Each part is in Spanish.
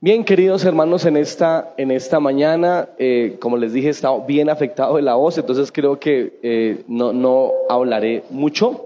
Bien, queridos hermanos, en esta mañana, como les dije, he estado bien afectado de la voz, entonces creo que no hablaré mucho,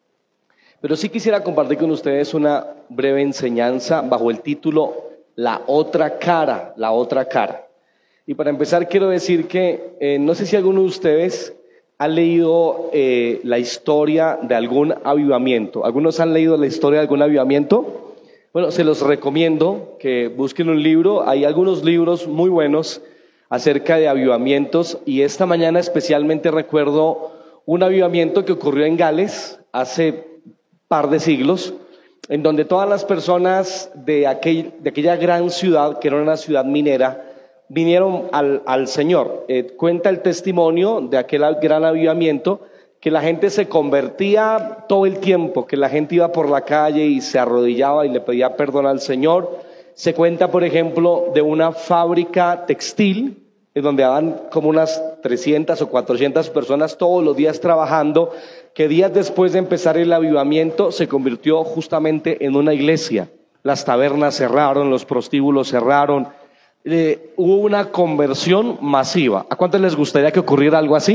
pero sí quisiera compartir con ustedes una breve enseñanza bajo el título La otra cara, la otra cara. Y para empezar quiero decir que no sé si alguno de ustedes ha leído la historia de algún avivamiento. ¿Algunos han leído la historia de algún avivamiento? Bueno, se los recomiendo que busquen un libro. Hay algunos libros muy buenos acerca de avivamientos y esta mañana especialmente recuerdo un avivamiento que ocurrió en Gales hace par de siglos, en donde todas las personas de aquella gran ciudad, que era una ciudad minera, vinieron al Señor. Cuenta el testimonio de aquel gran avivamiento, que la gente se convertía todo el tiempo, que la gente iba por la calle y se arrodillaba y le pedía perdón al Señor. Se cuenta, por ejemplo, de una fábrica textil, en donde habían como unas 300 o 400 personas todos los días trabajando, que días después de empezar el avivamiento se convirtió justamente en una iglesia. Las tabernas cerraron, los prostíbulos cerraron, hubo una conversión masiva. ¿A cuántos les gustaría que ocurriera algo así?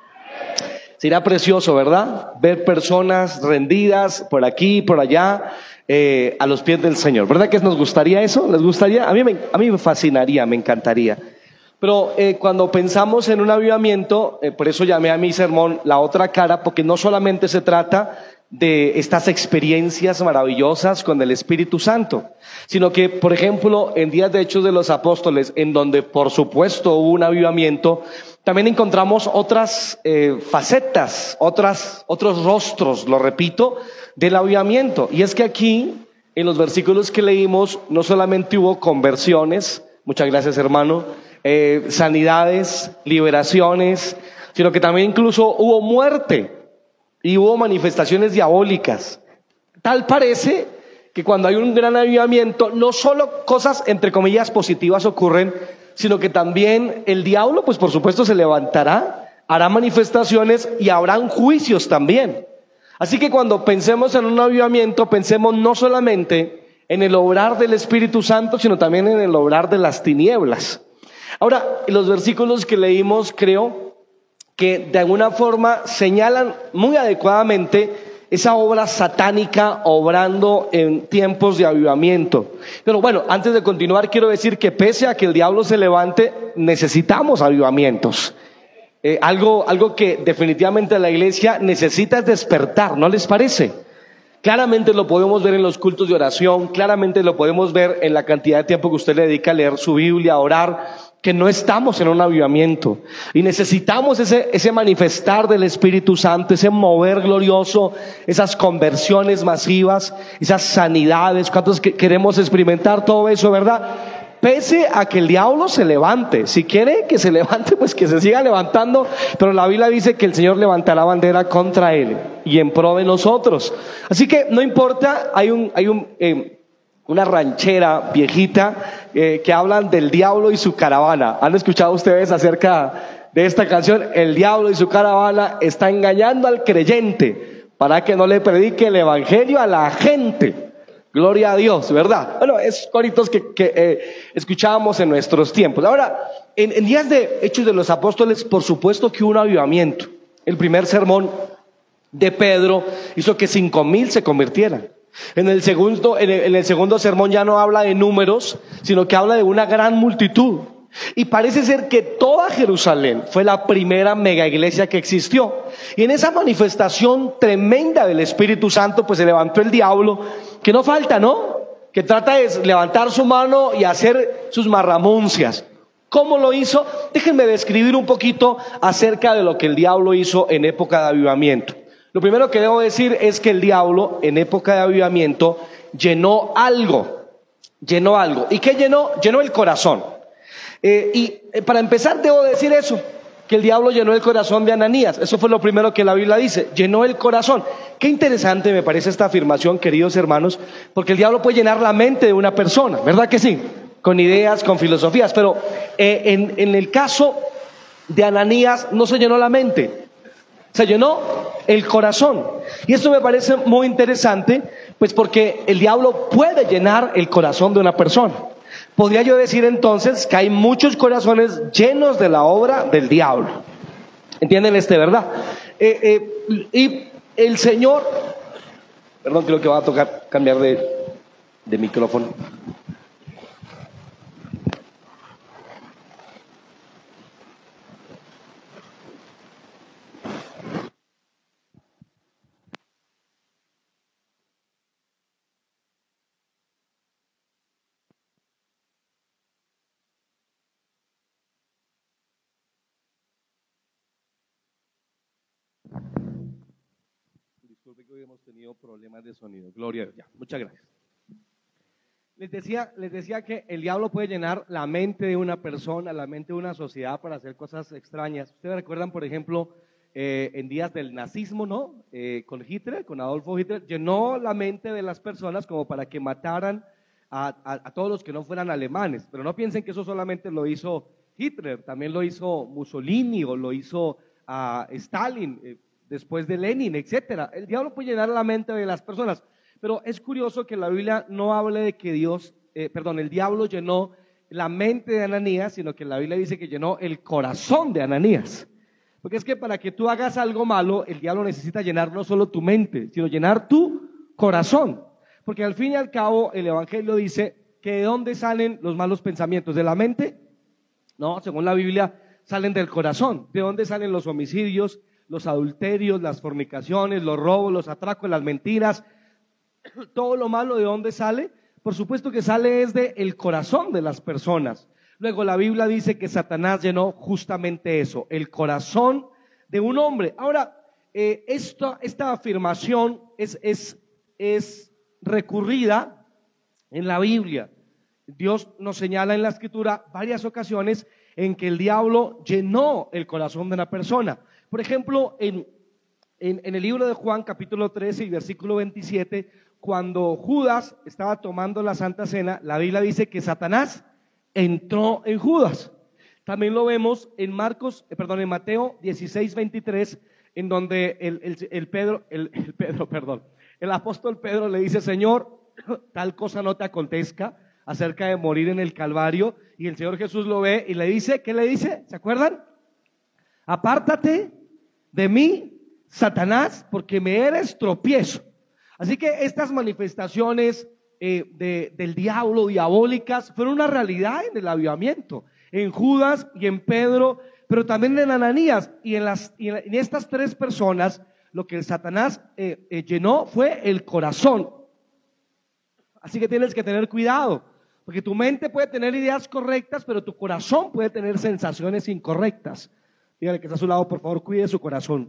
Sería precioso, ¿verdad? Ver personas rendidas por aquí y por allá a los pies del Señor. ¿Verdad que nos gustaría eso? ¿Les gustaría? A mí me fascinaría, me encantaría. Pero cuando pensamos en un avivamiento, por eso llamé a mi sermón La otra cara, porque no solamente se trata de estas experiencias maravillosas con el Espíritu Santo, sino que, por ejemplo, en días de Hechos de los Apóstoles, en donde por supuesto hubo un avivamiento, también encontramos otras facetas, otros rostros, lo repito, del avivamiento. Y es que aquí, en los versículos que leímos, no solamente hubo conversiones, muchas gracias hermano, sanidades, liberaciones, sino que también incluso hubo muerte y hubo manifestaciones diabólicas. Tal parece que cuando hay un gran avivamiento, no solo cosas entre comillas positivas ocurren, sino que también el diablo, pues por supuesto se levantará, hará manifestaciones y habrán juicios también. Así que cuando pensemos en un avivamiento, pensemos no solamente en el obrar del Espíritu Santo, sino también en el obrar de las tinieblas. Ahora, los versículos que leímos creo que de alguna forma señalan muy adecuadamente esa obra satánica obrando en tiempos de avivamiento. Pero bueno, antes de continuar quiero decir que pese a que el diablo se levante, necesitamos avivamientos. Algo que definitivamente la iglesia necesita es despertar, ¿no les parece? Claramente lo podemos ver en los cultos de oración, claramente lo podemos ver en la cantidad de tiempo que usted le dedica a leer su Biblia, a orar, que no estamos en un avivamiento y necesitamos ese manifestar del Espíritu Santo, ese mover glorioso, esas conversiones masivas, esas sanidades. ¿Cuántos queremos experimentar todo eso, verdad? Pese a que el diablo se levante, si quiere que se levante, pues que se siga levantando, pero la Biblia dice que el Señor levantará bandera contra él y en pro de nosotros. Así que no importa, hay una ranchera viejita que hablan del diablo y su caravana. ¿Han escuchado ustedes acerca de esta canción? El diablo y su caravana está engañando al creyente para que no le predique el evangelio a la gente. Gloria a Dios, ¿verdad? Bueno, es coritos que escuchábamos en nuestros tiempos. Ahora, en días de Hechos de los Apóstoles, por supuesto que hubo un avivamiento. El primer sermón de Pedro hizo que 5,000 se convirtieran. En el segundo sermón ya no habla de números, sino que habla de una gran multitud. Y parece ser que toda Jerusalén fue la primera mega iglesia que existió. Y en esa manifestación tremenda del Espíritu Santo, pues se levantó el diablo, que no falta, ¿no? Que trata de levantar su mano y hacer sus marramuncias. ¿Cómo lo hizo? Déjenme describir un poquito acerca de lo que el diablo hizo en época de avivamiento. Lo primero que debo decir es que el diablo en época de avivamiento llenó algo. ¿Y qué llenó? Llenó el corazón. Para empezar debo decir eso, que el diablo llenó el corazón de Ananías. Eso fue lo primero que la Biblia dice, llenó el corazón. Qué interesante me parece esta afirmación, queridos hermanos, porque el diablo puede llenar la mente de una persona, ¿verdad que sí? Con ideas, con filosofías, pero en el caso de Ananías no se llenó la mente, se llenó el corazón. Y esto me parece muy interesante, pues porque el diablo puede llenar el corazón de una persona. podría yo decir entonces que hay muchos corazones llenos de la obra del diablo. ¿Entienden verdad? Y el Señor, perdón, creo que va a tocar cambiar de micrófono. Disculpe que hoy hemos tenido problemas de sonido. Gloria a Dios. Ya, muchas gracias. Les decía que el diablo puede llenar la mente de una persona, la mente de una sociedad para hacer cosas extrañas. Ustedes recuerdan, por ejemplo, en días del nazismo, ¿no? Con Hitler, con Adolfo Hitler, llenó la mente de las personas como para que mataran a todos los que no fueran alemanes. Pero no piensen que eso solamente lo hizo Hitler, también lo hizo Mussolini o lo hizo Stalin, después de Lenin, etcétera. El diablo puede llenar la mente de las personas. Pero es curioso que la Biblia no hable de que el diablo llenó la mente de Ananías, sino que la Biblia dice que llenó el corazón de Ananías. Porque es que para que tú hagas algo malo, el diablo necesita llenar no solo tu mente, sino llenar tu corazón. Porque al fin y al cabo el Evangelio dice que ¿de dónde salen los malos pensamientos? ¿De la mente? No, según la Biblia salen del corazón. ¿De dónde salen los homicidios, los adulterios, las fornicaciones, los robos, los atracos, las mentiras? Todo lo malo, ¿de dónde sale? Por supuesto que sale desde el corazón de las personas. Luego la Biblia dice que Satanás llenó justamente eso, el corazón de un hombre. Ahora, esta afirmación es recurrida en la Biblia. Dios nos señala en la Escritura varias ocasiones en que el diablo llenó el corazón de una persona. Por ejemplo, en el libro de Juan, capítulo 13 y versículo 27, cuando Judas estaba tomando la Santa Cena, la Biblia dice que Satanás entró en Judas. También lo vemos en Mateo 16, 23, en donde el apóstol Pedro le dice: Señor, tal cosa no te acontezca, acerca de morir en el Calvario. Y el Señor Jesús lo ve y le dice, ¿qué le dice? ¿Se acuerdan? Apártate de mí, Satanás, porque me eres tropiezo. Así que estas manifestaciones del diablo, diabólicas, fueron una realidad en el avivamiento, en Judas y en Pedro, pero también en Ananías. Y en estas tres personas, lo que el Satanás llenó fue el corazón. Así que tienes que tener cuidado, porque tu mente puede tener ideas correctas, pero tu corazón puede tener sensaciones incorrectas. Dígale que está a su lado, por favor, cuide su corazón.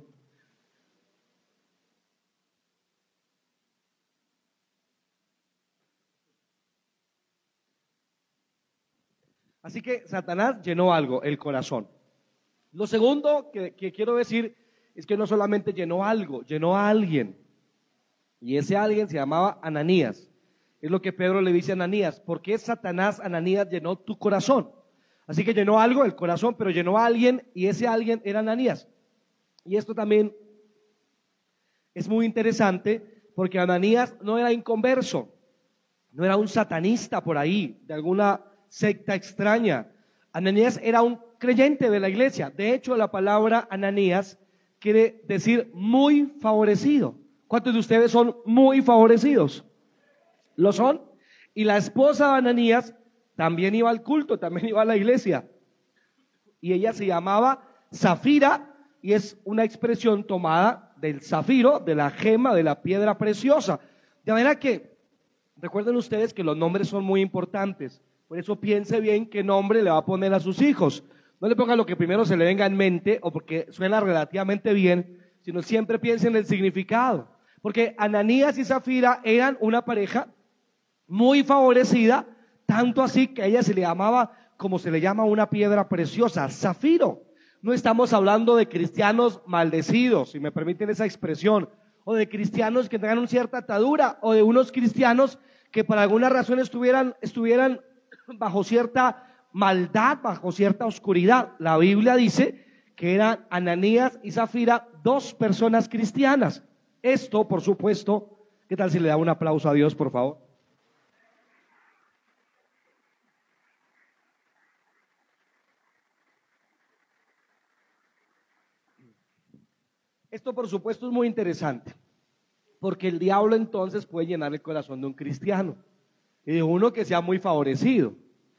Así que Satanás llenó algo, el corazón. Lo segundo que quiero decir es que no solamente llenó algo, llenó a alguien. Y ese alguien se llamaba Ananías. Es lo que Pedro le dice a Ananías: ¿por qué Satanás, Ananías, llenó tu corazón? Así que llenó algo, el corazón, pero llenó a alguien, y ese alguien era Ananías. Y esto también es muy interesante, porque Ananías no era inconverso, no era un satanista por ahí, de alguna secta extraña. Ananías era un creyente de la iglesia. De hecho, la palabra Ananías quiere decir muy favorecido. ¿Cuántos de ustedes son muy favorecidos? ¿Lo son? Y la esposa de Ananías también iba al culto, también iba a la iglesia. Y ella se llamaba Zafira, y es una expresión tomada del zafiro, de la gema, de la piedra preciosa. De manera que, recuerden ustedes que los nombres son muy importantes. Por eso piense bien qué nombre le va a poner a sus hijos. No le ponga lo que primero se le venga en mente o porque suena relativamente bien, sino siempre piense en el significado. Porque Ananías y Zafira eran una pareja muy favorecida, tanto así que a ella se le llamaba, como se le llama una piedra preciosa, zafiro. No estamos hablando de cristianos maldecidos, si me permiten esa expresión, o de cristianos que tengan una cierta atadura, o de unos cristianos que por alguna razón estuvieran bajo cierta maldad, bajo cierta oscuridad. La Biblia dice que eran Ananías y Zafira, dos personas cristianas. Esto, por supuesto, ¿qué tal si le da un aplauso a Dios, por favor? Esto, por supuesto, es muy interesante, porque el diablo entonces puede llenar el corazón de un cristiano y de uno que sea muy favorecido.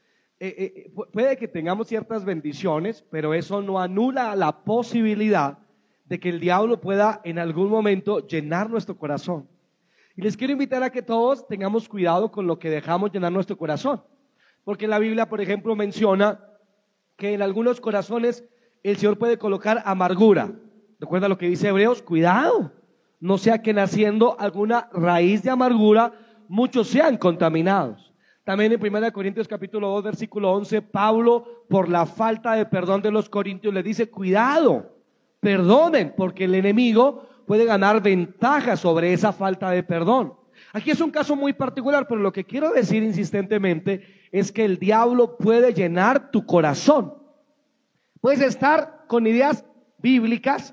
Puede que tengamos ciertas bendiciones, pero eso no anula la posibilidad de que el diablo pueda en algún momento llenar nuestro corazón. Y les quiero invitar a que todos tengamos cuidado con lo que dejamos llenar nuestro corazón, porque la Biblia, por ejemplo, menciona que en algunos corazones el Señor puede colocar amargura. Recuerda lo que dice Hebreos: cuidado, no sea que naciendo alguna raíz de amargura muchos sean contaminados. También en 1 Corintios capítulo 2 versículo 11, Pablo, por la falta de perdón de los corintios, le dice: cuidado, perdonen, porque el enemigo puede ganar ventaja sobre esa falta de perdón. Aquí es un caso muy particular, pero lo que quiero decir insistentemente es que el diablo puede llenar tu corazón. Puedes estar con ideas bíblicas,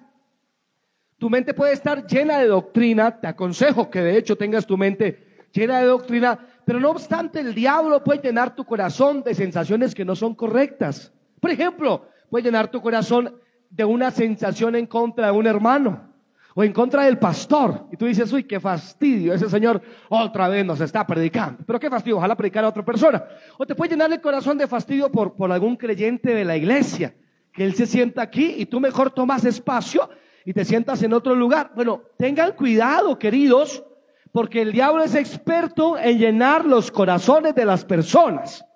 tu mente puede estar llena de doctrina. Te aconsejo que de hecho tengas tu mente llena de doctrina, pero no obstante el diablo puede llenar tu corazón de sensaciones que no son correctas. Por ejemplo, puede llenar tu corazón de una sensación en contra de un hermano o en contra del pastor, y tú dices: uy, qué fastidio, ese señor otra vez nos está predicando. Pero qué fastidio, ojalá predicara a otra persona. O te puede llenar el corazón de fastidio por algún creyente de la iglesia, que él se sienta aquí y tú mejor tomas espacio y te sientas en otro lugar. Bueno, tengan cuidado, queridos, porque el diablo es experto en llenar los corazones de las personas.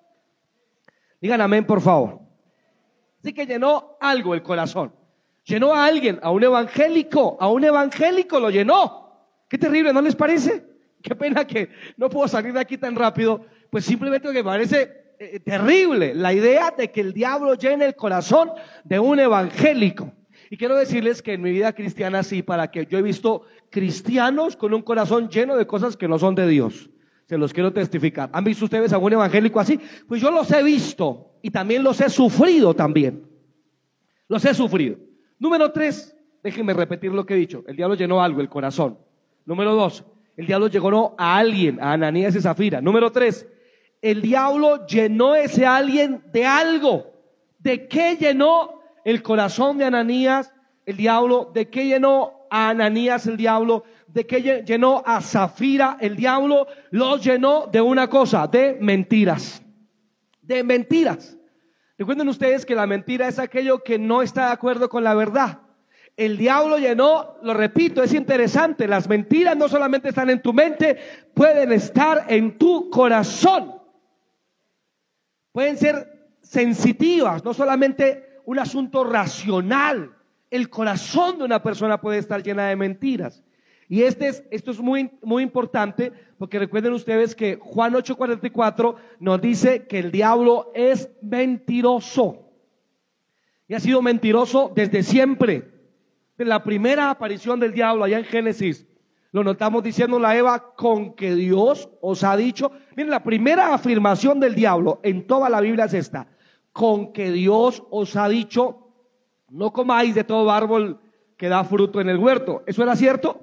Digan amén, por favor. Así que llenó algo el corazón. Llenó a alguien, a un evangélico lo llenó. Qué terrible, ¿no les parece? Qué pena que no puedo salir de aquí tan rápido. Pues simplemente me parece terrible la idea de que el diablo llene el corazón de un evangélico. Y quiero decirles que en mi vida cristiana sí, para que yo he visto cristianos con un corazón lleno de cosas que no son de Dios. Se los quiero testificar. ¿Han visto ustedes algún evangélico así? Pues yo los he visto y también los he sufrido también. Los he sufrido. Número 3, déjenme repetir lo que he dicho. El diablo llenó algo, el corazón. Número 2, el diablo llenó a alguien, a Ananías y Zafira. Número 3, el diablo llenó ese alguien de algo. ¿De qué llenó el corazón de Ananías el diablo? ¿De qué llenó a Ananías el diablo? ¿De qué llenó a Zafira el diablo? Los llenó de una cosa: de mentiras. De mentiras. Recuerden ustedes que la mentira es aquello que no está de acuerdo con la verdad. El diablo llenó, lo repito, es interesante, las mentiras no solamente están en tu mente, pueden estar en tu corazón. Pueden ser sensitivas, no solamente un asunto racional. El corazón de una persona puede estar llena de mentiras. Y esto es muy, muy importante, porque recuerden ustedes que Juan 8:44 nos dice que el diablo es mentiroso. Y ha sido mentiroso desde siempre. De la primera aparición del diablo allá en Génesis, lo notamos diciéndole a Eva: con que Dios os ha dicho. Miren, la primera afirmación del diablo en toda la Biblia es esta: con que Dios os ha dicho, no comáis de todo árbol que da fruto en el huerto. ¿Eso era cierto?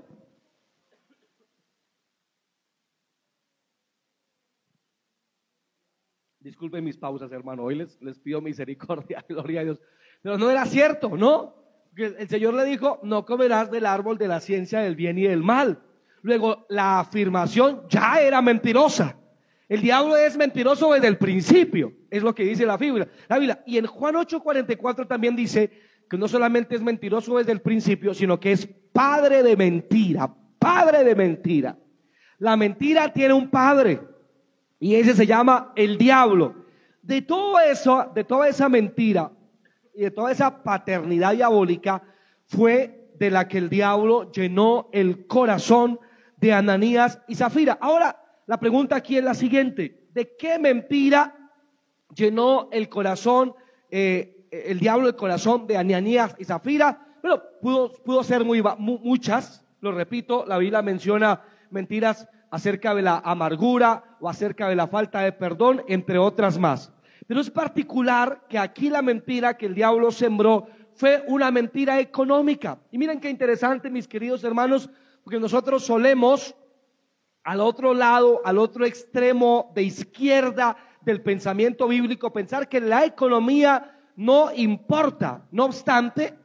Disculpen mis pausas, hermano, hoy les pido misericordia, gloria a Dios. Pero no era cierto, ¿no? El Señor le dijo: no comerás del árbol de la ciencia del bien y del mal. Luego, la afirmación ya era mentirosa. El diablo es mentiroso desde el principio, es lo que dice la Biblia. Y en Juan 8:44 también dice que no solamente es mentiroso desde el principio, sino que es padre de mentira, padre de mentira. La mentira tiene un padre, y ese se llama el diablo. De todo eso, de toda esa mentira y de toda esa paternidad diabólica, fue de la que el diablo llenó el corazón de Ananías y Zafira. Ahora, la pregunta aquí es la siguiente: ¿de qué mentira llenó el corazón, el diablo, el corazón de Ananías y Zafira? Bueno, pudo ser muchas, lo repito. La Biblia menciona mentiras acerca de la amargura o acerca de la falta de perdón, entre otras más. Pero es particular que aquí la mentira que el diablo sembró fue una mentira económica. Y miren qué interesante, mis queridos hermanos, porque nosotros solemos al otro lado, al otro extremo de izquierda del pensamiento bíblico, pensar que la economía no importa. No obstante,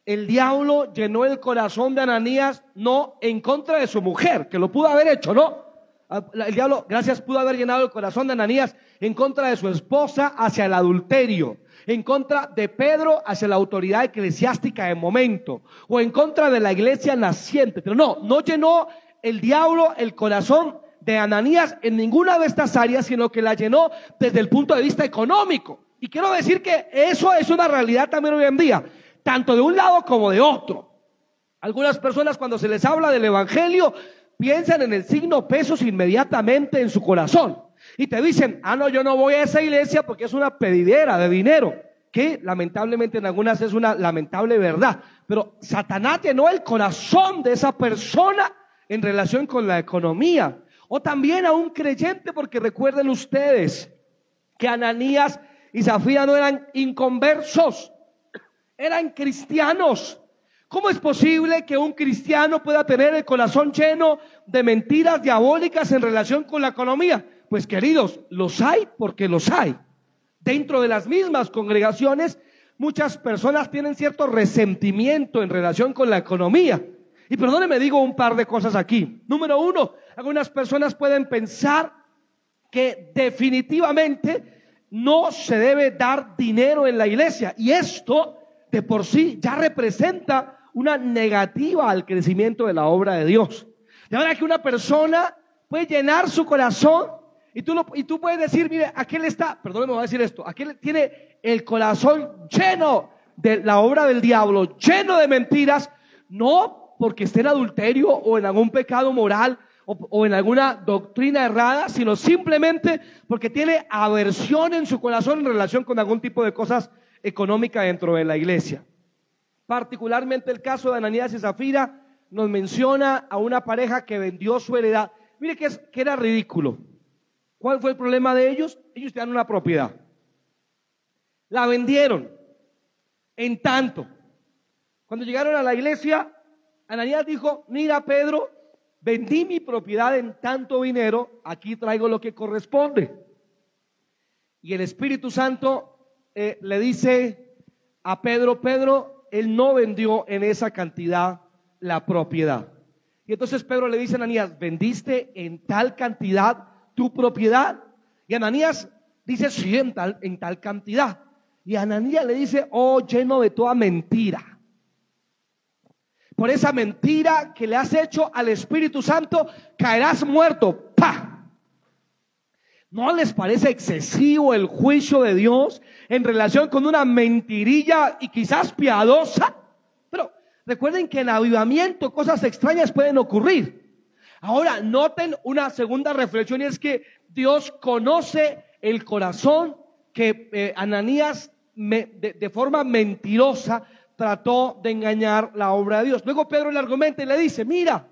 el diablo llenó el corazón de Ananías no en contra de su mujer, que lo pudo haber hecho, ¿no? El diablo, gracias, pudo haber llenado el corazón de Ananías en contra de su esposa hacia el adulterio, en contra de Pedro hacia la autoridad eclesiástica de momento, o en contra de la iglesia naciente. Pero no llenó el diablo el corazón de Ananías en ninguna de estas áreas, sino que la llenó desde el punto de vista económico. Y quiero decir que eso es una realidad también hoy en día, tanto de un lado como de otro. Algunas personas, cuando se les habla del evangelio, piensan en el signo pesos inmediatamente en su corazón y te dicen: no, yo no voy a esa iglesia porque es una pedidera de dinero, que lamentablemente en algunas es una lamentable verdad. Pero Satanás llenó el corazón de esa persona en relación con la economía. O también a un creyente, porque recuerden ustedes que Ananías y Zafira no eran inconversos, eran cristianos. ¿Cómo es posible que un cristiano pueda tener el corazón lleno de mentiras diabólicas en relación con la economía? Pues queridos, los hay porque los hay. Dentro de las mismas congregaciones, muchas personas tienen cierto resentimiento en relación con la economía. Y perdónenme, digo un par de cosas aquí. Número uno, algunas personas pueden pensar que definitivamente no se debe dar dinero en la iglesia, y esto de por sí ya representa una negativa al crecimiento de la obra de Dios. De manera que una persona puede llenar su corazón y tú puedes decir: mire, aquel está, perdóneme, voy a decir esto, aquel tiene el corazón lleno de la obra del diablo, lleno de mentiras, no porque esté en adulterio o en algún pecado moral o en alguna doctrina errada, sino simplemente porque tiene aversión en su corazón en relación con algún tipo de cosas económicas dentro de la iglesia. Particularmente el caso de Ananías y Zafira nos menciona a una pareja que vendió su heredad. Mire que era ridículo. ¿Cuál fue el problema de ellos? Ellos tenían una propiedad, la vendieron en tanto. Cuando llegaron a la iglesia, Ananías dijo: mira, Pedro, vendí mi propiedad en tanto dinero, aquí traigo lo que corresponde. Y el Espíritu Santo le dice a Pedro: Pedro, él no vendió en esa cantidad la propiedad. Y entonces Pedro le dice a Ananías: ¿vendiste en tal cantidad tu propiedad? Y Ananías dice: sí, en tal cantidad. Y Ananías le dice: oh, lleno de toda mentira. Por esa mentira que le has hecho al Espíritu Santo, caerás muerto. ¡Pah! ¿No les parece excesivo el juicio de Dios en relación con una mentirilla y quizás piadosa? Pero recuerden que en avivamiento cosas extrañas pueden ocurrir. Ahora noten una segunda reflexión, y es que Dios conoce el corazón que Ananías de forma mentirosa trató de engañar la obra de Dios. Luego Pedro le argumenta y le dice: mira,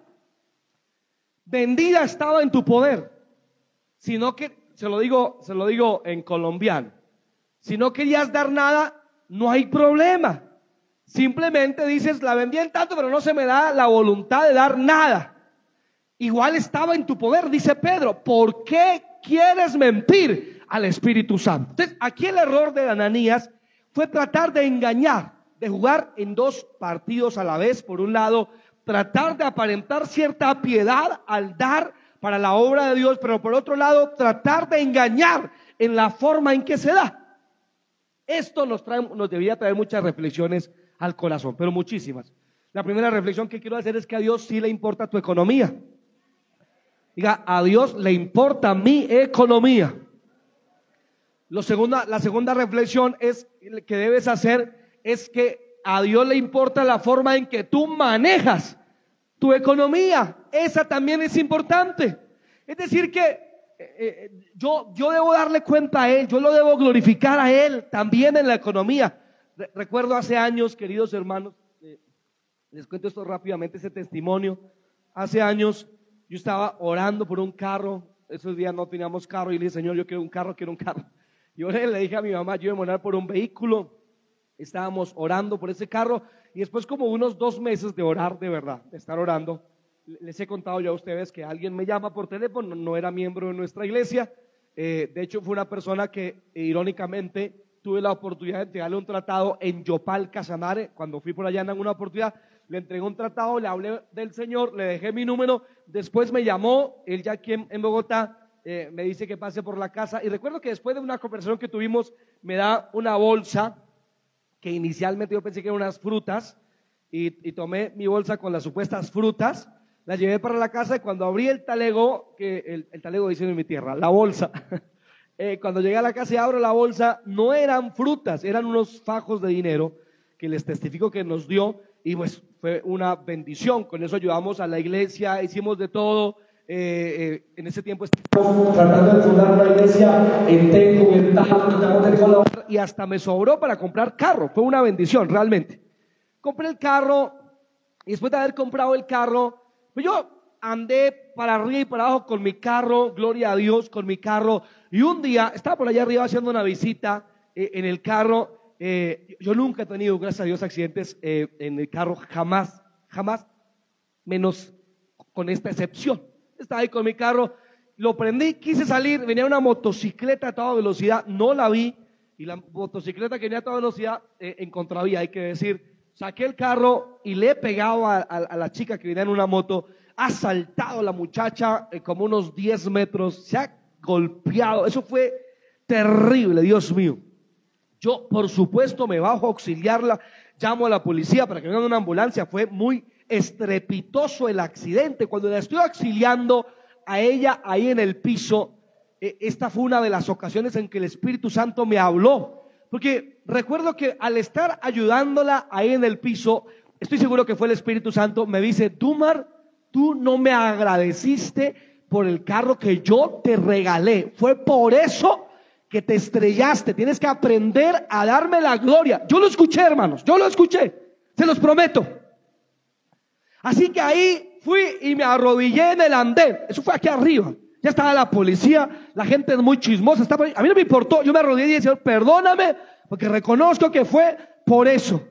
vendida estaba en tu poder, sino que, se lo digo en colombiano, si no querías dar nada, no hay problema. Simplemente dices: la vendí en tanto, pero no se me da la voluntad de dar nada. Igual estaba en tu poder, dice Pedro. ¿Por qué quieres mentir al Espíritu Santo? Entonces, aquí el error de Ananías fue tratar de engañar, de jugar en dos partidos a la vez. Por un lado, tratar de aparentar cierta piedad al dar para la obra de Dios, pero por otro lado, tratar de engañar en la forma en que se da. Esto nos debería traer muchas reflexiones al corazón, pero muchísimas. La primera reflexión que quiero hacer es que a Dios sí le importa tu economía. Diga: a Dios le importa mi economía. La segunda reflexión que debes hacer es que a Dios le importa la forma en que tú manejas tu economía. Esa también es importante. Es decir que yo debo darle cuenta a Él, yo lo debo glorificar a Él también en la economía. Recuerdo hace años, queridos hermanos, les cuento esto rápidamente, ese testimonio. Hace años yo estaba orando por un carro. Esos días no teníamos carro y le dije: Señor, yo quiero un carro. Y oré, le dije a mi mamá: yo iba a orar por un vehículo. Estábamos orando por ese carro, y después, como unos 2 meses de orar, de verdad, de estar orando, les he contado ya a ustedes que alguien me llama por teléfono. No era miembro de nuestra iglesia, de hecho fue una persona que irónicamente tuve la oportunidad de entregarle un tratado en Yopal, Casanare. Cuando fui por allá en alguna oportunidad, le entregué un tratado, le hablé del Señor, le dejé mi número, después me llamó, él ya aquí en Bogotá, me dice que pase por la casa, y recuerdo que después de una conversación que tuvimos, me da una bolsa, que inicialmente yo pensé que eran unas frutas, y tomé mi bolsa con las supuestas frutas, la llevé para la casa, y cuando abrí el talego, que el talego dice en mi tierra, la bolsa, cuando llegué a la casa y abro la bolsa, no eran frutas, eran unos fajos de dinero, que les testifico que nos dio, y pues fue una bendición. Con eso ayudamos a la iglesia, hicimos de todo. En ese tiempo estábamos tratando de fundar una iglesia en Tenco, en Tajo, y hasta me sobró para comprar carro. Fue una bendición realmente. Compré el carro, y después de haber comprado el carro, pues yo andé para arriba y para abajo con mi carro, gloria a Dios, con mi carro. Y un día estaba por allá arriba haciendo una visita en el carro. Yo nunca he tenido, gracias a Dios, accidentes en el carro, jamás, menos con esta excepción. Estaba ahí con mi carro, lo prendí, quise salir, venía una motocicleta a toda velocidad, no la vi, y la motocicleta que venía a toda velocidad en contravía, hay que decir, saqué el carro y le he pegado a la chica que venía en una moto, ha saltado a la muchacha como unos 10 metros, se ha golpeado, eso fue terrible, Dios mío. Yo, por supuesto, me bajo a auxiliarla, llamo a la policía para que venga una ambulancia. Fue muy estrepitoso el accidente. Cuando la estoy auxiliando a ella ahí en el piso, esta fue una de las ocasiones en que el Espíritu Santo me habló. Porque recuerdo que al estar ayudándola ahí en el piso, estoy seguro que fue el Espíritu Santo, me dice: Dumar, tú no me agradeciste por el carro que yo te regalé. Fue por eso que te estrellaste, tienes que aprender a darme la gloria. Yo lo escuché, hermanos, yo lo escuché, se los prometo. Así que ahí fui y me arrodillé en el andén, eso fue aquí arriba, ya estaba la policía, la gente es muy chismosa, estaba ahí. A mí no me importó, yo me arrodillé y dije: Señor, perdóname, porque reconozco que fue por eso.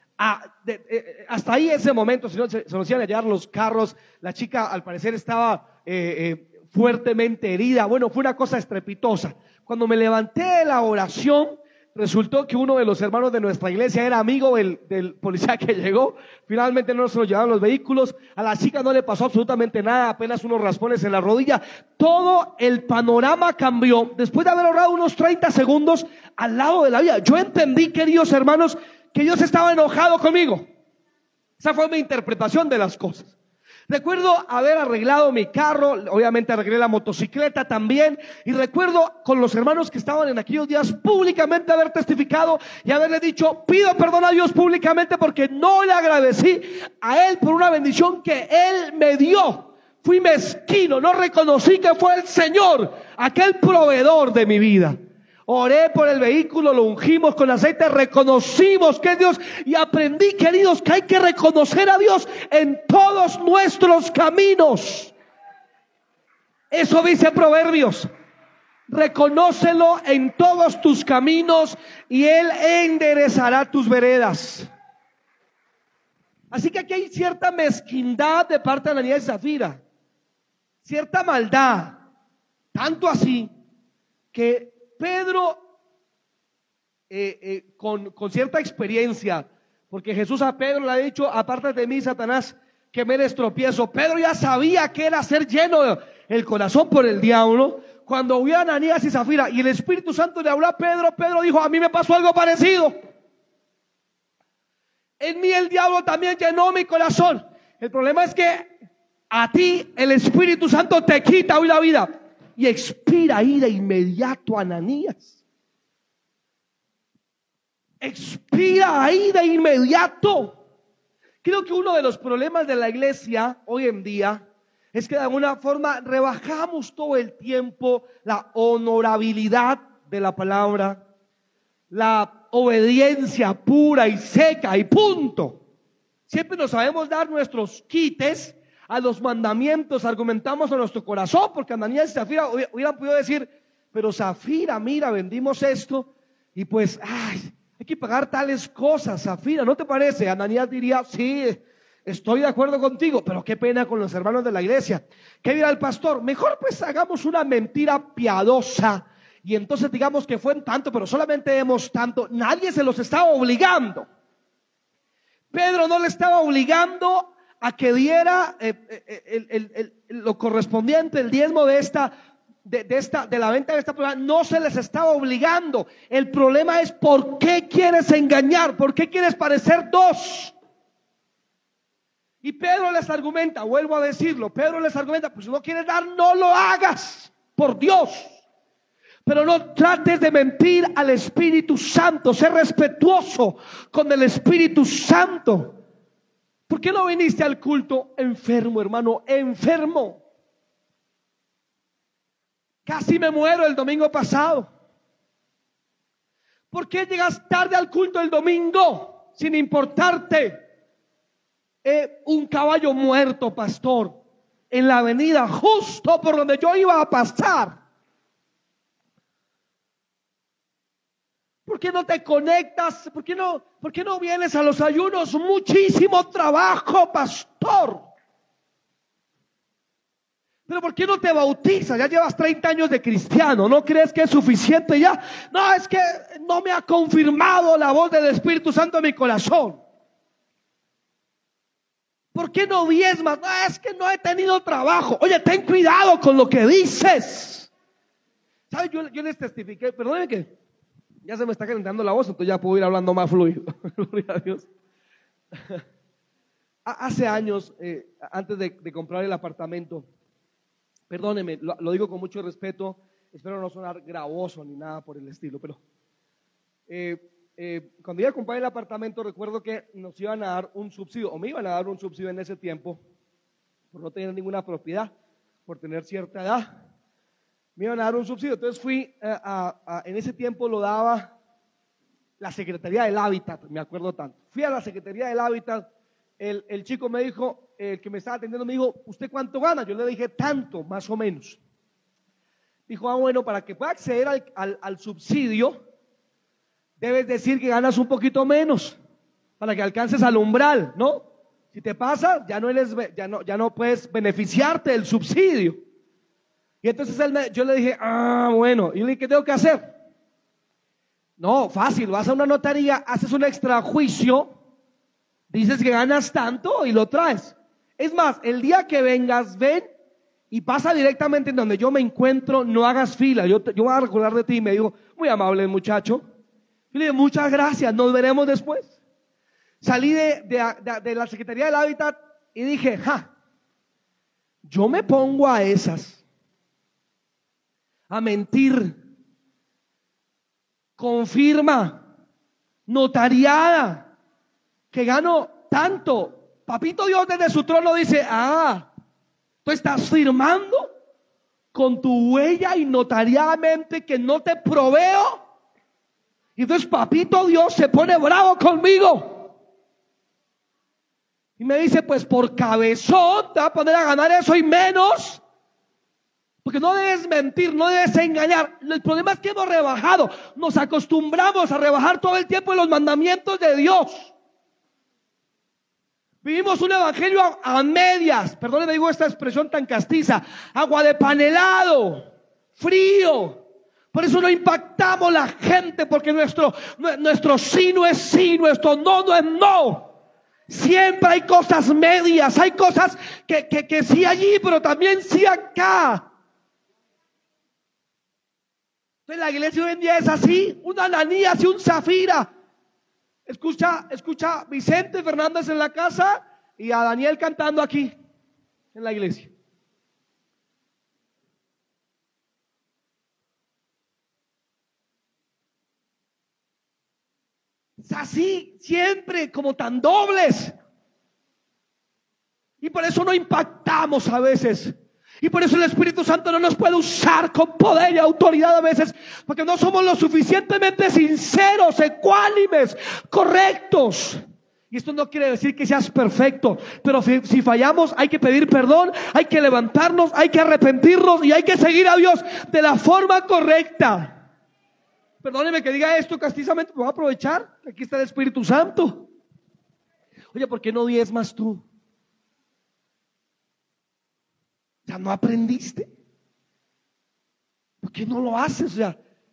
Hasta ahí ese momento se nos iban a llevar los carros, la chica al parecer estaba fuertemente herida, bueno, fue una cosa estrepitosa. Cuando me levanté de la oración, resultó que uno de los hermanos de nuestra iglesia era amigo del policía que llegó. Finalmente no se lo llevaron los vehículos, a la chica no le pasó absolutamente nada, apenas unos raspones en la rodilla. Todo el panorama cambió después de haber ahorrado unos 30 segundos al lado de la vida. Yo entendí, queridos hermanos, que Dios estaba enojado conmigo. Esa fue mi interpretación de las cosas. Recuerdo haber arreglado mi carro, obviamente arreglé la motocicleta también, y recuerdo con los hermanos que estaban en aquellos días públicamente haber testificado y haberle dicho: pido perdón a Dios públicamente porque no le agradecí a Él por una bendición que Él me dio. Fui mezquino, no reconocí que fue el Señor, aquel proveedor de mi vida. Oré por el vehículo, lo ungimos con aceite, reconocimos que es Dios y aprendí, queridos, que hay que reconocer a Dios en todos nuestros caminos. Eso dice Proverbios. Reconócelo en todos tus caminos y Él enderezará tus veredas. Así que aquí hay cierta mezquindad de parte de Ananías y Zafira, cierta maldad, tanto así que Pedro, con cierta experiencia, porque Jesús a Pedro le ha dicho: apártate de mí, Satanás, que me eres tropiezo. Pedro ya sabía que era ser lleno el corazón por el diablo. Cuando vio a Ananías y Zafira y el Espíritu Santo le habló a Pedro, Pedro dijo: a mí me pasó algo parecido. En mí el diablo también llenó mi corazón. El problema es que a ti el Espíritu Santo te quita hoy la vida. Y expira ahí de inmediato Ananías. Expira ahí de inmediato. Creo que uno de los problemas de la iglesia hoy en día es que de alguna forma rebajamos todo el tiempo la honorabilidad de la palabra, la obediencia pura y seca y punto. Siempre nos sabemos dar nuestros quites a los mandamientos, argumentamos a nuestro corazón, porque Ananías y Zafira hubieran podido decir: pero Zafira, mira, vendimos esto y pues hay que pagar tales cosas. Zafira, ¿no te parece? Ananías diría: sí, estoy de acuerdo contigo, pero qué pena con los hermanos de la iglesia. ¿Qué dirá el pastor? Mejor pues hagamos una mentira piadosa y entonces digamos que fue en tanto, pero solamente demos tanto. Nadie se los estaba obligando. Pedro no le estaba obligando a que diera lo correspondiente, el diezmo de la venta de esta propiedad. No se les estaba obligando. El problema es: ¿por qué quieres engañar? ¿Por qué quieres parecer dos? Y Pedro les argumenta, vuelvo a decirlo, Pedro les argumenta: pues si no quieres dar, no lo hagas, por Dios. Pero no trates de mentir al Espíritu Santo. Sé respetuoso con el Espíritu Santo. ¿Por qué no viniste al culto enfermo, hermano? Enfermo. Casi me muero el domingo pasado. ¿Por qué llegas tarde al culto el domingo sin importarte? Un caballo muerto, pastor, en la avenida justo por donde yo iba a pasar. ¿Por qué no te conectas? ¿Por qué no vienes a los ayunos? Muchísimo trabajo, pastor. Pero ¿por qué no te bautizas? Ya llevas 30 años de cristiano. ¿No crees que es suficiente ya? No, es que no me ha confirmado la voz del Espíritu Santo en mi corazón. ¿Por qué no diezmas? No, es que no he tenido trabajo. Oye, ten cuidado con lo que dices. ¿Sabes? Yo les testifiqué, perdónenme que ya se me está calentando la voz, entonces ya puedo ir hablando más fluido. Gloria a Dios. Hace años, antes de comprar el apartamento, perdónenme, lo digo con mucho respeto, espero no sonar gravoso ni nada por el estilo, pero cuando iba a comprar el apartamento, recuerdo que nos iban a dar un subsidio, o me iban a dar un subsidio en ese tiempo, por no tener ninguna propiedad, por tener cierta edad. Me iban a dar un subsidio. Entonces fui en ese tiempo lo daba la Secretaría del Hábitat, me acuerdo tanto. Fui a la Secretaría del Hábitat, el chico me dijo, el que me estaba atendiendo me dijo: ¿usted cuánto gana? Yo le dije: tanto, más o menos. Dijo: bueno, para que pueda acceder al subsidio, debes decir que ganas un poquito menos, para que alcances al umbral, ¿no? Si te pasa, ya no puedes beneficiarte del subsidio. Y entonces yo le dije: bueno. Y le dije: ¿qué tengo que hacer? No, fácil, vas a una notaría, haces un extrajuicio, dices que ganas tanto y lo traes. Es más, el día que vengas, ven y pasa directamente en donde yo me encuentro, no hagas fila, yo voy a recordar de ti. Y me dijo: muy amable muchacho. Yo le dije: muchas gracias, nos veremos después. Salí de la Secretaría del Hábitat y dije: yo me pongo a esas, a mentir, con firma notariada, que gano tanto. Papito Dios desde su trono dice: tú estás firmando con tu huella y notariadamente que no te proveo. Y entonces Papito Dios se pone bravo conmigo y me dice: pues por cabezón te va a poner a ganar eso y menos. Porque no debes mentir, no debes engañar. El problema es que hemos rebajado, nos acostumbramos a rebajar todo el tiempo en los mandamientos de Dios. Vivimos un evangelio a medias, perdónenme, digo esta expresión tan castiza, agua de panelado, frío. Por eso no impactamos la gente, porque nuestro sí no es sí, nuestro no no es no. Siempre hay cosas medias, hay cosas que sí allí, pero también sí acá. Entonces la iglesia hoy en día es así, una Ananías y un Zafira. Escucha Vicente Fernández en la casa y a Daniel cantando aquí en la iglesia. Es así siempre, como tan dobles. Y por eso no impactamos a veces. Y por eso el Espíritu Santo no nos puede usar con poder y autoridad a veces, porque no somos lo suficientemente sinceros, ecuánimes, correctos. Y esto no quiere decir que seas perfecto, pero si fallamos hay que pedir perdón, hay que levantarnos, hay que arrepentirnos y hay que seguir a Dios de la forma correcta. Perdóneme que diga esto castizamente, me voy a aprovechar, aquí está el Espíritu Santo. Oye, ¿por qué no diezmas tú? ¿Ya no aprendiste? ¿Por qué no lo haces? O sea,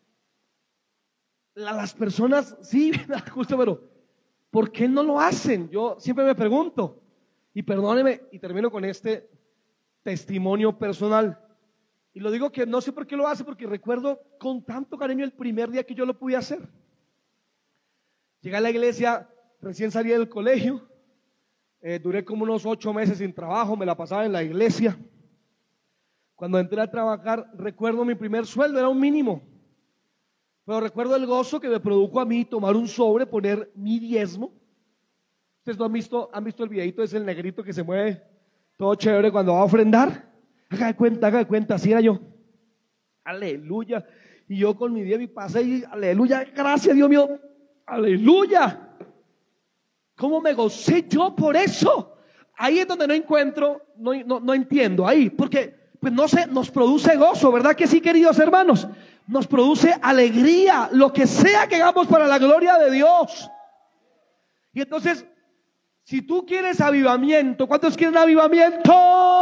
las personas, sí, justo, pero ¿por qué no lo hacen? Yo siempre me pregunto, y perdóneme, y termino con este testimonio personal. Y lo digo que no sé por qué lo hace, porque recuerdo con tanto cariño el primer día que yo lo pude hacer. Llegué a la iglesia, recién salí del colegio, duré como unos 8 meses sin trabajo, me la pasaba en la iglesia. Cuando entré a trabajar, recuerdo mi primer sueldo, era un mínimo. Pero recuerdo el gozo que me produjo a mí tomar un sobre, poner mi diezmo. Ustedes no han visto el videito, es el negrito que se mueve todo chévere cuando va a ofrendar. Haga de cuenta, así era yo. Aleluya. Y yo con mi diezmo y pasé y aleluya, gracias Dios mío. Aleluya. ¿Cómo me gocé yo por eso? Ahí es donde no encuentro, no entiendo ahí, porque pues no sé, nos produce gozo, ¿verdad que sí, queridos hermanos? Nos produce alegría, lo que sea que hagamos para la gloria de Dios. Y entonces, si tú quieres avivamiento, ¿cuántos quieren avivamiento?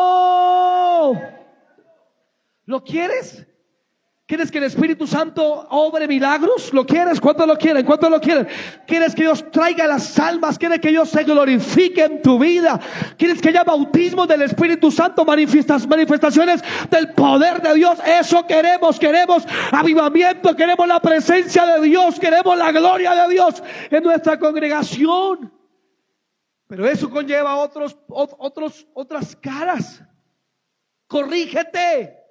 ¿Lo quieres? ¿Quieres que el Espíritu Santo obre milagros? ¿Lo quieres? ¿Cuántos lo quieren? ¿Cuántos lo quieren? ¿Quieres que Dios traiga las almas? ¿Quieres que Dios se glorifique en tu vida? ¿Quieres que haya bautismo del Espíritu Santo? Manifestaciones del poder de Dios. Eso queremos. Queremos avivamiento. Queremos la presencia de Dios. Queremos la gloria de Dios en nuestra congregación. Pero eso conlleva otras caras. Corrígete.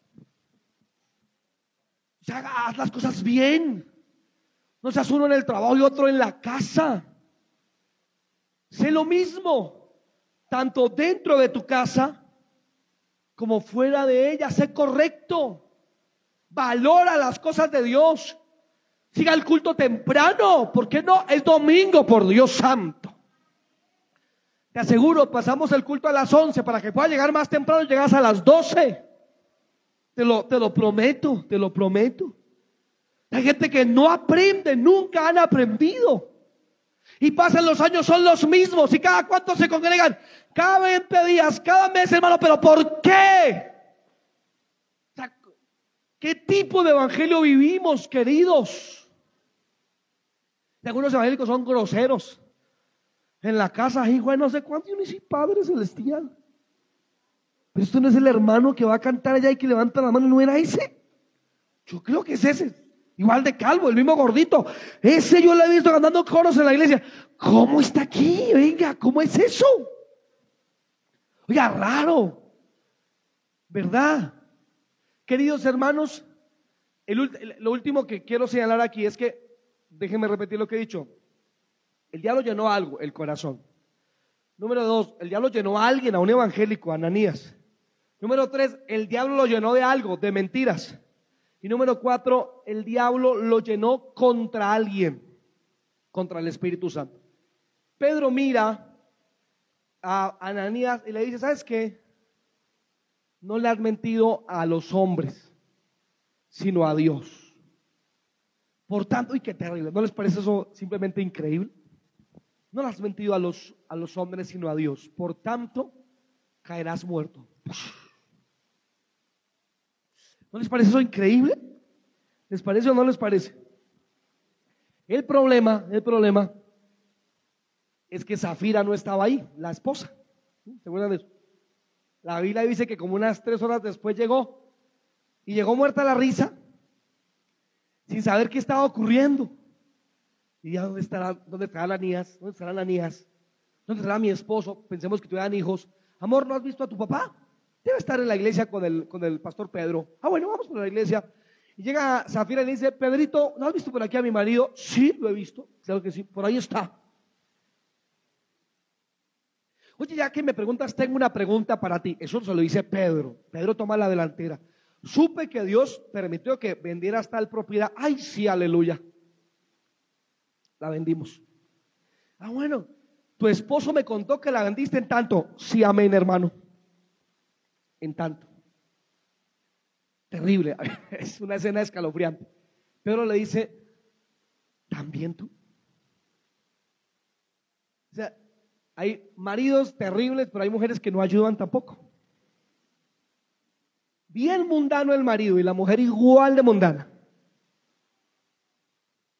Haz las cosas bien. No seas uno en el trabajo y otro en la casa. Sé lo mismo, tanto dentro de tu casa como fuera de ella. Sé correcto. Valora las cosas de Dios. Siga el culto temprano. ¿Por qué no? Es domingo, por Dios santo. Te aseguro, pasamos el culto a las 11 para que pueda llegar más temprano. Llegas a las 12. Te lo prometo, te lo prometo. Hay gente que no aprende, nunca han aprendido. Y pasan los años, son los mismos. ¿Y cada cuánto se congregan? Cada 20 días, cada mes, hermano. ¿Pero por qué? O sea, ¿qué tipo de evangelio vivimos, queridos? Y algunos evangélicos son groseros. En la casa, hijo, no sé cuánto, y uno dice, Padre Celestial. Pero esto no es el hermano que va a cantar allá y que levanta la mano, ¿no era ese? Yo creo que es ese, igual de calvo, el mismo gordito. Ese yo lo he visto cantando coros en la iglesia. ¿Cómo está aquí? Venga, ¿cómo es eso? Oiga, raro, ¿verdad? Queridos hermanos, lo último que quiero señalar aquí es que, déjenme repetir lo que he dicho. El diablo llenó algo, el corazón. Número 2, el diablo llenó a alguien, a un evangélico, a Ananías. Número 3, el diablo lo llenó de algo, de mentiras. Y número 4, el diablo lo llenó contra alguien, contra el Espíritu Santo. Pedro mira a Ananías y le dice, ¿sabes qué? No le has mentido a los hombres, sino a Dios. Por tanto, y qué terrible, ¿no les parece eso simplemente increíble? No le has mentido a los hombres, sino a Dios. Por tanto, caerás muerto. ¿No les parece eso increíble? ¿Les parece o no les parece? El problema es que Zafira no estaba ahí, la esposa. ¿Se acuerdan de eso? La Biblia dice que como unas 3 horas después llegó, y llegó muerta la risa, sin saber qué estaba ocurriendo. Y ya, ¿dónde estará Ananías? ¿Dónde estará Ananías? ¿Dónde estará mi esposo? Pensemos que tuvieran hijos. Amor, ¿no has visto a tu papá? Debe estar en la iglesia con el pastor Pedro. Bueno, vamos por la iglesia. Y llega Zafira y le dice, Pedrito, ¿no has visto por aquí a mi marido? Sí, lo he visto. Claro que sí, por ahí está. Oye, ya que me preguntas, tengo una pregunta para ti. Eso se lo dice Pedro. Pedro toma la delantera. Supe que Dios permitió que vendieras tal propiedad. Ay, sí, aleluya. La vendimos. Bueno, tu esposo me contó que la vendiste en tanto. Sí, amén, hermano. En tanto. Terrible. Es una escena escalofriante. Pedro le dice, ¿también tú? O sea, hay maridos terribles, pero hay mujeres que no ayudan tampoco. Bien mundano el marido y la mujer igual de mundana.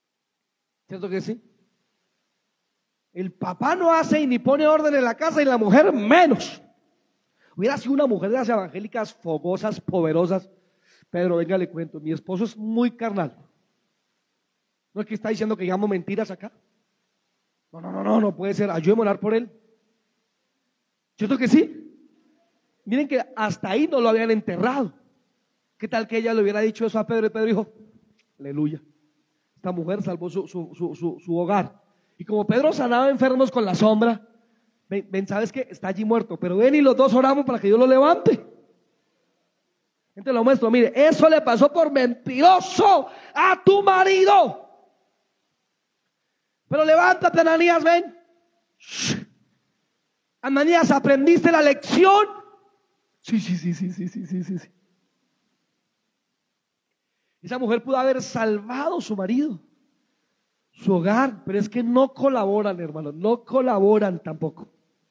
¿Cierto que sí? El papá no hace y ni pone orden en la casa y la mujer menos. Hubiera sido una mujer de las evangélicas fogosas, poderosas. Pedro, venga, le cuento, mi esposo es muy carnal. ¿No es que está diciendo que digamos mentiras acá? No puede ser, ayúdeme a orar por él. ¿Cierto que sí? Miren que hasta ahí no lo habían enterrado. ¿Qué tal que ella le hubiera dicho eso a Pedro y Pedro dijo, aleluya, esta mujer salvó su hogar? Y como Pedro sanaba enfermos con la sombra, ven, ¿sabes qué? Está allí muerto, pero ven y los dos oramos para que Dios lo levante. Entonces lo muestro, mire, eso le pasó por mentiroso a tu marido. Pero levántate, Ananías, ven. Ananías, ¿aprendiste la lección? Sí. Esa mujer pudo haber salvado a su marido, su hogar, pero es que no colaboran, hermanos, no colaboran tampoco.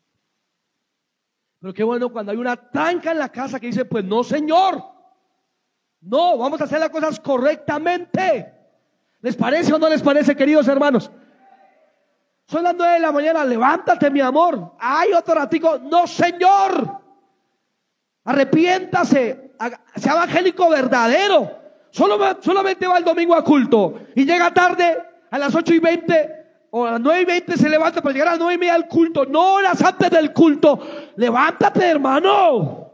Pero qué bueno cuando hay una tranca en la casa que dice, pues no, señor, no, vamos a hacer las cosas correctamente. ¿Les parece o no les parece, queridos hermanos? Son las 9 de la mañana, levántate, mi amor. Ay, otro ratico, no, señor. Arrepiéntase, sea evangélico verdadero. Solamente va el domingo a culto y llega tarde a las 8:20 o a las 9:20 se levanta para llegar a las 9:30 al culto. No horas antes del culto. Levántate, hermano.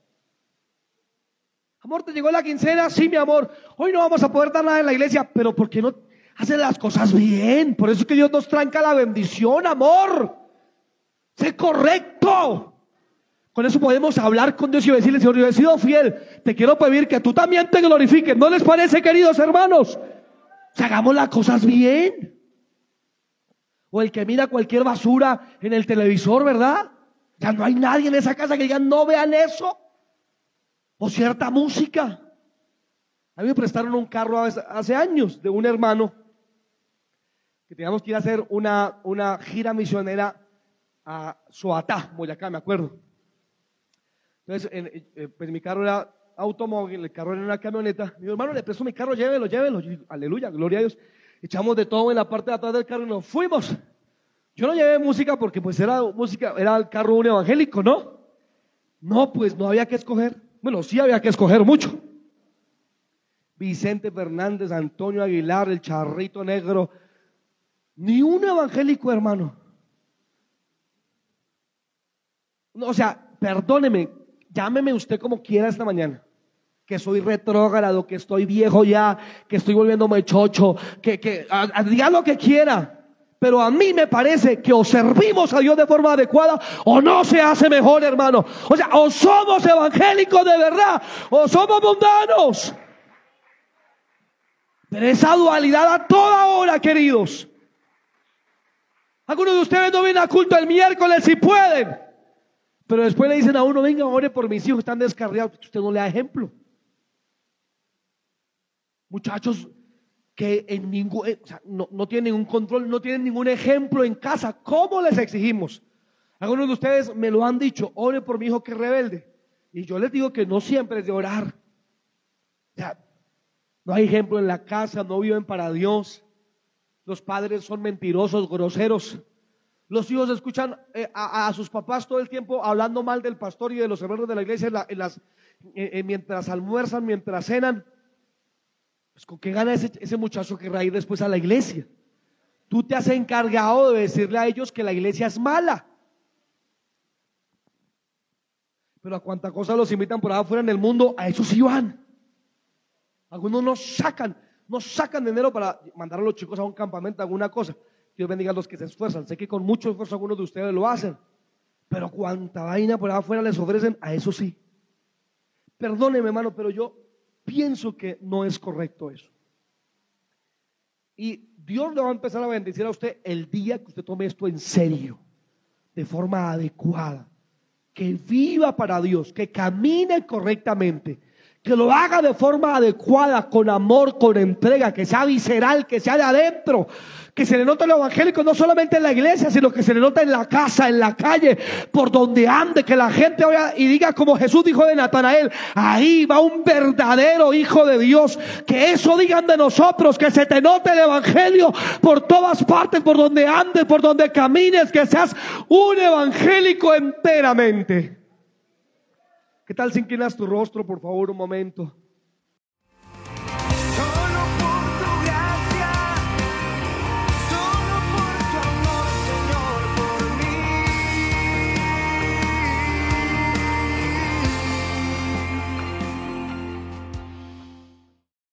Amor, ¿te llegó la quincena? Sí, mi amor. Hoy no vamos a poder dar nada en la iglesia, pero ¿por qué no hacen las cosas bien? Por eso es que Dios nos tranca la bendición, amor. Sé correcto. Con eso podemos hablar con Dios y decirle, Señor, yo he sido fiel. Te quiero pedir que tú también te glorifiques. ¿No les parece, queridos hermanos? O sea, hagamos las cosas bien. O el que mira cualquier basura en el televisor, ¿verdad? Ya no hay nadie en esa casa que diga, no vean eso. O cierta música. A mí me prestaron un carro hace años de un hermano que teníamos que ir a hacer una gira misionera a Soatá, Boyacá, me acuerdo. Entonces, pues mi carro era automóvil, el carro era una camioneta. Mi hermano le prestó mi carro, llévelo. Yo, aleluya, gloria a Dios. Echamos de todo en la parte de atrás del carro y nos fuimos. Yo no llevé música porque pues era el carro un evangélico, ¿no? No, pues no había que escoger. Bueno, sí había que escoger mucho. Vicente Fernández, Antonio Aguilar, el Charrito Negro. Ni un evangélico, hermano. No, o sea, perdóneme, llámeme usted como quiera esta mañana. Que soy retrógrado, que estoy viejo ya, que estoy volviéndome chocho, diga lo que quiera. Pero a mí me parece que o servimos a Dios de forma adecuada o no se hace mejor, hermano. O sea, o somos evangélicos de verdad o somos mundanos. Pero esa dualidad a toda hora, queridos. Algunos de ustedes no vienen a culto el miércoles si pueden. Pero después le dicen a uno, venga, ore por mis hijos, están descarriados. Usted no le da ejemplo. Muchachos que no tienen ningún control, no tienen ningún ejemplo en casa. ¿Cómo les exigimos? Algunos de ustedes me lo han dicho, ore por mi hijo que es rebelde. Y yo les digo que no siempre es de orar. O sea, no hay ejemplo en la casa, no viven para Dios. Los padres son mentirosos, groseros. Los hijos escuchan a sus papás todo el tiempo hablando mal del pastor y de los hermanos de la iglesia mientras almuerzan, mientras cenan. Pues ¿con qué gana ese muchacho que va a ir después a la iglesia? Tú te has encargado de decirle a ellos que la iglesia es mala. Pero a cuánta cosa los invitan por allá afuera en el mundo, a eso sí van. Algunos nos sacan dinero para mandar a los chicos a un campamento, alguna cosa. Dios bendiga a los que se esfuerzan. Sé que con mucho esfuerzo algunos de ustedes lo hacen. Pero cuánta vaina por allá afuera les ofrecen, a eso sí. Perdóneme, hermano, pero yo pienso que no es correcto eso. Y Dios le va a empezar a bendecir a usted el día que usted tome esto en serio, de forma adecuada, que viva para Dios, que camine correctamente, que lo haga de forma adecuada, con amor, con entrega, que sea visceral, que sea de adentro, que se le note el evangélico no solamente en la iglesia, sino que se le note en la casa, en la calle, por donde ande, que la gente vaya y diga como Jesús dijo de Natanael: ahí va un verdadero hijo de Dios. Que eso digan de nosotros, que se te note el evangelio por todas partes, por donde andes, por donde camines, que seas un evangélico enteramente. ¿Qué tal si inclinas tu rostro, por favor, un momento?